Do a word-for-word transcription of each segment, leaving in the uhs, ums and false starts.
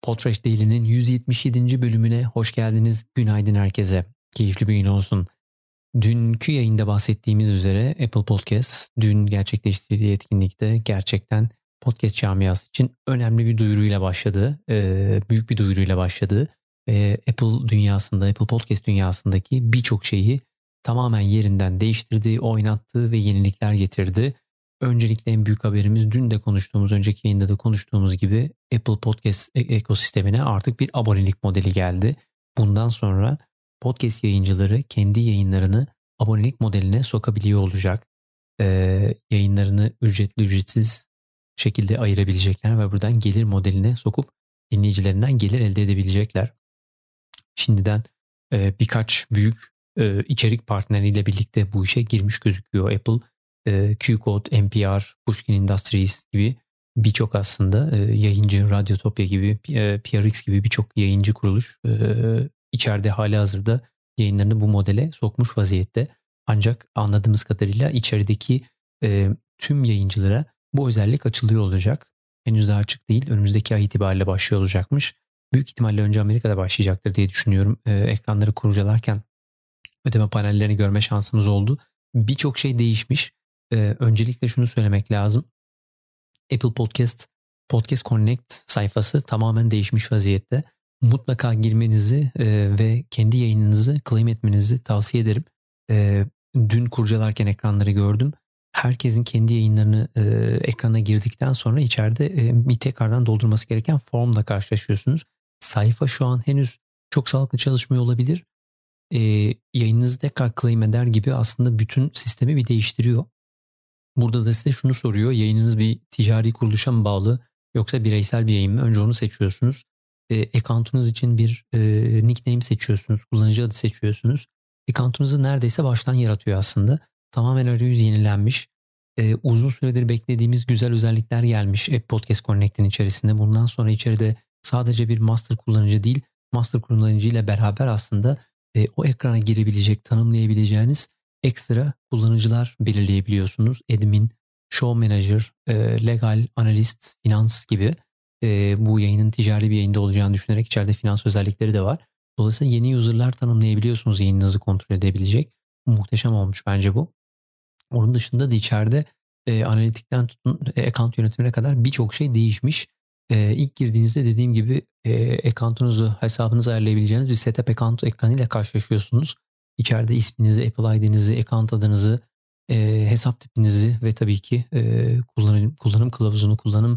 Podtrash Daily'nin yüz yetmiş yedinci bölümüne hoş geldiniz. Günaydın herkese. Keyifli bir gün olsun. Dünkü yayında bahsettiğimiz üzere Apple Podcast dün gerçekleştirdiği etkinlikte gerçekten podcast camiası için önemli bir duyuruyla başladı. Ee, büyük bir duyuruyla başladı. Ee, Apple dünyasında, Apple Podcast dünyasındaki birçok şeyi tamamen yerinden değiştirdi, oynattı ve yenilikler getirdi. Öncelikle en büyük haberimiz dün de konuştuğumuz, önceki yayında da konuştuğumuz gibi Apple Podcast e- ekosistemine artık bir abonelik modeli geldi. Bundan sonra podcast yayıncıları kendi yayınlarını abonelik modeline sokabiliyor olacak. Ee, yayınlarını ücretli ücretsiz şekilde ayırabilecekler ve buradan gelir modeline sokup dinleyicilerinden gelir elde edebilecekler. Şimdiden e, birkaç büyük e, içerik partneriyle birlikte bu işe girmiş gözüküyor. Apple, e, Q-Code, N P R, Pushkin Industries gibi birçok aslında e, yayıncı, Radyotopya gibi, e, P R X gibi birçok yayıncı kuruluş e, içeride halihazırda yayınlarını bu modele sokmuş vaziyette. Ancak anladığımız kadarıyla içerideki e, tüm yayıncılara bu özellik açılıyor olacak. Henüz daha açık değil. Önümüzdeki ay itibariyle başlıyor olacakmış. Büyük ihtimalle önce Amerika'da başlayacaktır diye düşünüyorum. Ee, ekranları kurcalarken ödeme panellerini görme şansımız oldu. Birçok şey değişmiş. Ee, öncelikle şunu söylemek lazım. Apple Podcast, Podcast Connect sayfası tamamen değişmiş vaziyette. Mutlaka girmenizi e, ve kendi yayınınızı claim etmenizi tavsiye ederim. E, dün kurcalarken ekranları gördüm. Herkesin kendi yayınlarını e, ekrana girdikten sonra içeride e, bir tekrardan doldurması gereken formla karşılaşıyorsunuz. Sayfa şu an henüz çok sağlıklı çalışmıyor olabilir. E, yayınınızı tekrar claim eder gibi aslında bütün sistemi bir değiştiriyor. Burada da size şunu soruyor. Yayınınız bir ticari kuruluşa mı bağlı yoksa bireysel bir yayın mı? Önce onu seçiyorsunuz. E, account'unuz için bir e, nickname seçiyorsunuz. Kullanıcı adı seçiyorsunuz. Account'unuzu neredeyse baştan yaratıyor aslında. Tamamen arayüz yenilenmiş. E, uzun süredir beklediğimiz güzel özellikler gelmiş App Podcast Connect'in içerisinde. Bundan sonra içeride sadece bir master kullanıcı değil, master kullanıcı ile beraber aslında e, o ekrana girebilecek, tanımlayabileceğiniz ekstra kullanıcılar belirleyebiliyorsunuz. Admin, show manager, e, legal, analist, finans gibi e, bu yayının ticari bir yayında olacağını düşünerek içeride finans özellikleri de var. Dolayısıyla yeni user'lar tanımlayabiliyorsunuz, yayınınızı kontrol edebilecek. Muhteşem olmuş bence bu. Onun dışında da içeride e, analitikten tutun e, account yönetimine kadar birçok şey değişmiş. E, ilk girdiğinizde dediğim gibi e, account'unuzu, hesabınızı ayarlayabileceğiniz bir setup account ekranıyla karşılaşıyorsunuz. İçeride isminizi, Apple I D'nizi, account adınızı, e, hesap tipinizi ve tabii ki e, kullanım, kullanım kılavuzunu, kullanım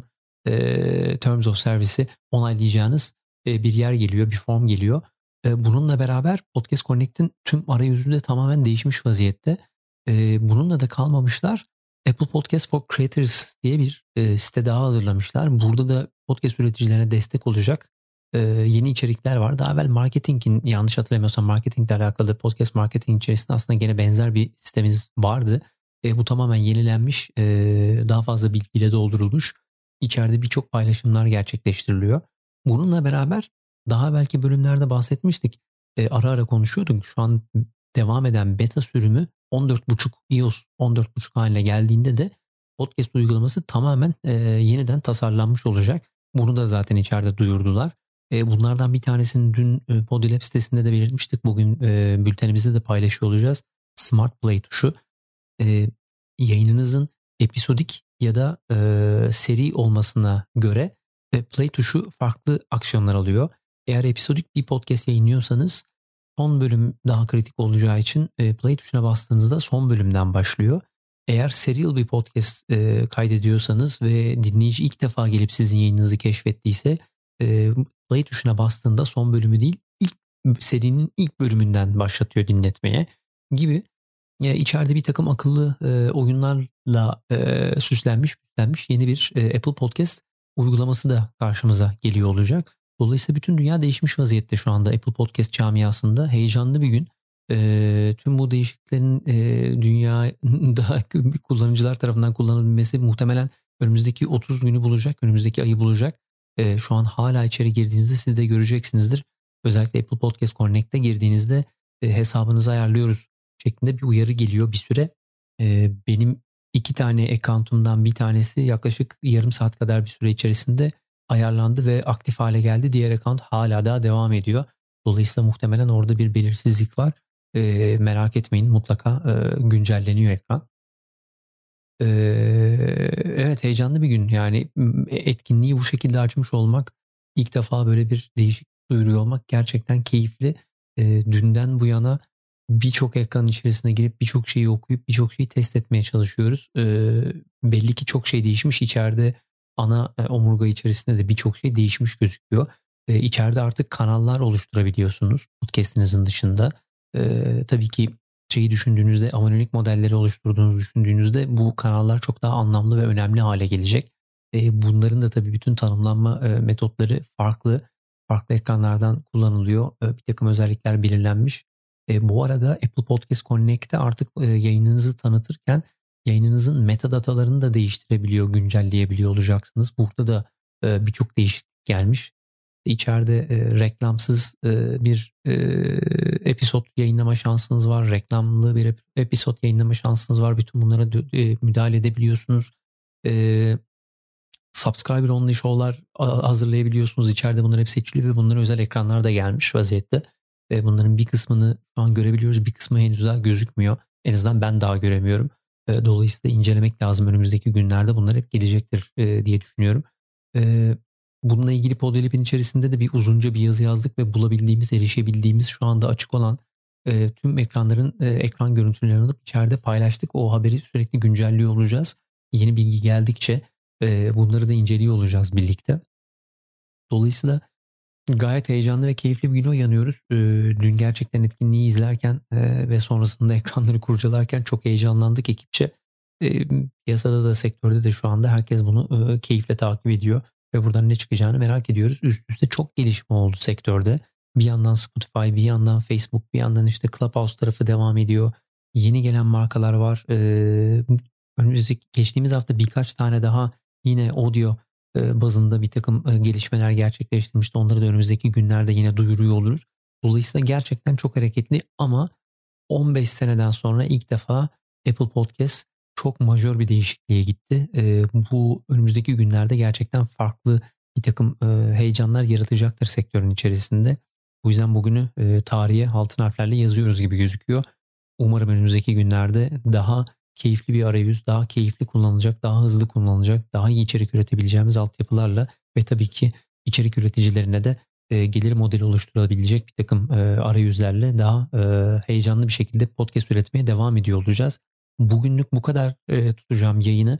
e, Terms of Service'i onaylayacağınız e, bir yer geliyor, bir form geliyor. E, bununla beraber Podcast Connect'in tüm arayüzü de tamamen değişmiş vaziyette. E, bununla da kalmamışlar. Apple Podcast for Creators diye bir e, site daha hazırlamışlar. Burada da podcast üreticilerine destek olacak e, yeni içerikler var. Daha evvel marketingin, yanlış hatırlamıyorsam marketingle alakalı podcast marketing içerisinde aslında gene benzer bir sistemimiz vardı. E, bu tamamen yenilenmiş, e, daha fazla bilgiyle doldurulmuş. İçeride birçok paylaşımlar gerçekleştiriliyor. Bununla beraber daha belki bölümlerde bahsetmiştik. E, ara ara konuşuyorduk. Şu an devam eden beta sürümü on dört buçuk iOS on dört buçuk haline geldiğinde de podcast uygulaması tamamen e, yeniden tasarlanmış olacak. Bunu da zaten içeride duyurdular. E, bunlardan bir tanesini dün e, Podilab sitesinde de belirtmiştik. Bugün e, bültenimizde de paylaşıyor olacağız. Smart Play tuşu. E, yayınınızın episodik ya da e, seri olmasına göre e, Play tuşu farklı aksiyonlar alıyor. Eğer episodik bir podcast yayınlıyorsanız son bölüm daha kritik olacağı için e, Play tuşuna bastığınızda son bölümden başlıyor. Eğer serial bir podcast e, kaydediyorsanız ve dinleyici ilk defa gelip sizin yayınınızı keşfettiyse e, Play tuşuna bastığında son bölümü değil, ilk serinin ilk bölümünden başlatıyor dinletmeye gibi. E, içeride bir takım akıllı e, oyunlarla e, süslenmiş, süslenmiş yeni bir e, Apple Podcast uygulaması da karşımıza geliyor olacak. Dolayısıyla bütün dünya değişmiş vaziyette şu anda Apple Podcast camiasında. Heyecanlı bir gün. E, tüm bu değişikliklerin e, dünyada kullanıcılar tarafından kullanılabilmesi muhtemelen önümüzdeki otuz günü bulacak, önümüzdeki ayı bulacak. E, şu an hala içeri girdiğinizde siz de göreceksinizdir. Özellikle Apple Podcast Connect'e girdiğinizde e, hesabınızı ayarlıyoruz şeklinde bir uyarı geliyor bir süre. E, benim iki tane account'umdan bir tanesi yaklaşık yarım saat kadar bir süre içerisinde ayarlandı ve aktif hale geldi. Diğer account hala daha devam ediyor. Dolayısıyla muhtemelen orada bir belirsizlik var. E, merak etmeyin, mutlaka e, güncelleniyor ekran. E, evet, heyecanlı bir gün. Yani etkinliği bu şekilde açmış olmak, ilk defa böyle bir değişik duyuruyor olmak gerçekten keyifli. E, dünden bu yana birçok ekran içerisine girip birçok şeyi okuyup birçok şeyi test etmeye çalışıyoruz. E, belli ki çok şey değişmiş. İçeride ana e, omurga içerisinde de birçok şey değişmiş gözüküyor. E, içeride artık kanallar oluşturabiliyorsunuz podcast'inizin dışında. E, tabii ki şeyi düşündüğünüzde, abonelik modelleri oluşturduğunuzu düşündüğünüzde bu kanallar çok daha anlamlı ve önemli hale gelecek. E, bunların da tabii bütün tanımlanma e, metotları farklı. Farklı ekranlardan kullanılıyor. E, bir takım özellikler belirlenmiş. E, bu arada Apple Podcast Connect'te artık e, yayınınızı tanıtırken yayınınızın metadatalarını da değiştirebiliyor, güncelleyebiliyor olacaksınız. Burada da e, birçok değişiklik gelmiş. İçeride e, reklamsız e, bir e, episod yayınlama şansınız var. Reklamlı bir episod yayınlama şansınız var. Bütün bunlara e, müdahale edebiliyorsunuz. E, subscriber only show'lar hazırlayabiliyorsunuz. İçeride bunlar hep seçili ve bunlara özel ekranlar da gelmiş vaziyette. E, bunların bir kısmını şu an görebiliyoruz. Bir kısmı henüz daha gözükmüyor. En azından ben daha göremiyorum. E, dolayısıyla incelemek lazım. Önümüzdeki günlerde bunlar hep gelecektir e, diye düşünüyorum. E, bununla ilgili Podolab'in içerisinde de bir uzunca bir yazı yazdık ve bulabildiğimiz, erişebildiğimiz, şu anda açık olan e, tüm ekranların e, ekran görüntülerini alıp içeride paylaştık. O haberi sürekli güncelliyor olacağız. Yeni bilgi geldikçe e, bunları da inceliyor olacağız birlikte. Dolayısıyla gayet heyecanlı ve keyifli bir güne uyanıyoruz. E, dün gerçekten etkinliği izlerken e, ve sonrasında ekranları kurcalarken çok heyecanlandık ekipçe. E, piyasada da, sektörde de şu anda herkes bunu e, keyifle takip ediyor ve buradan ne çıkacağını merak ediyoruz. Üst üste çok gelişme oldu sektörde. Bir yandan Spotify, bir yandan Facebook, bir yandan işte Clubhouse tarafı devam ediyor. Yeni gelen markalar var. E, önümüzdeki geçtiğimiz hafta birkaç tane daha yine audio e, bazında bir takım e, gelişmeler gerçekleştirmişti. Onları da önümüzdeki günlerde yine duyuruyor oluruz. Dolayısıyla gerçekten çok hareketli ama on beş seneden sonra ilk defa Apple Podcast çok majör bir değişikliğe gitti. E, bu önümüzdeki günlerde gerçekten farklı bir takım e, heyecanlar yaratacaktır sektörün içerisinde. O yüzden bugünü e, tarihe altın harflerle yazıyoruz gibi gözüküyor. Umarım önümüzdeki günlerde daha keyifli bir arayüz, daha keyifli kullanılacak, daha hızlı kullanılacak, daha iyi içerik üretebileceğimiz altyapılarla ve tabii ki içerik üreticilerine de e, gelir modeli oluşturabilecek bir takım e, arayüzlerle daha e, heyecanlı bir şekilde podcast üretmeye devam ediyor olacağız. Bugünlük bu kadar e, tutacağım yayını.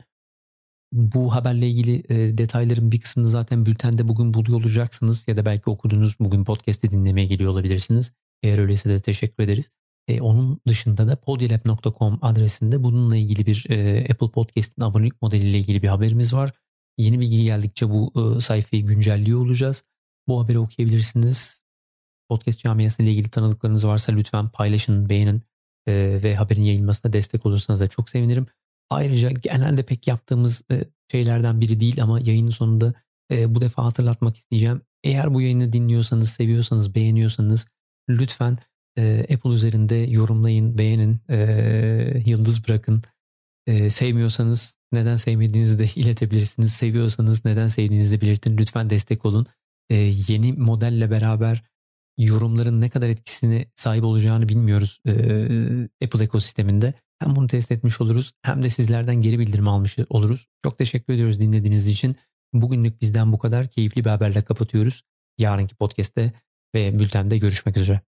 Bu haberle ilgili e, detayların bir kısmını zaten bültende bugün buluyor olacaksınız ya da belki okudunuz, bugün podcast'i dinlemeye geliyor olabilirsiniz. Eğer öyleyse de teşekkür ederiz. E, onun dışında da podilab nokta com adresinde bununla ilgili bir e, Apple Podcast'in abonelik modeliyle ilgili bir haberimiz var. Yeni bilgi geldikçe bu e, sayfayı güncelliyor olacağız. Bu haberi okuyabilirsiniz. Podcast camiası ile ilgili tanıdıklarınız varsa lütfen paylaşın, beğenin e, ve haberin yayılmasına destek olursanız da çok sevinirim. Ayrıca genelde pek yaptığımız e, şeylerden biri değil ama yayının sonunda e, bu defa hatırlatmak isteyeceğim. Eğer bu yayını dinliyorsanız, seviyorsanız, beğeniyorsanız lütfen e, Apple üzerinde yorumlayın, beğenin, e, yıldız bırakın. E, sevmiyorsanız neden sevmediğinizi de iletebilirsiniz. Seviyorsanız neden sevdiğinizi de belirtin. Lütfen destek olun. E, yeni modelle beraber yorumların ne kadar etkisine sahip olacağını bilmiyoruz e, Apple ekosisteminde. Hem bunu test etmiş oluruz hem de sizlerden geri bildirim almış oluruz. Çok teşekkür ediyoruz dinlediğiniz için. Bugünlük bizden bu kadar. Keyifli bir haberle kapatıyoruz. Yarınki podcast'te ve bültende görüşmek üzere.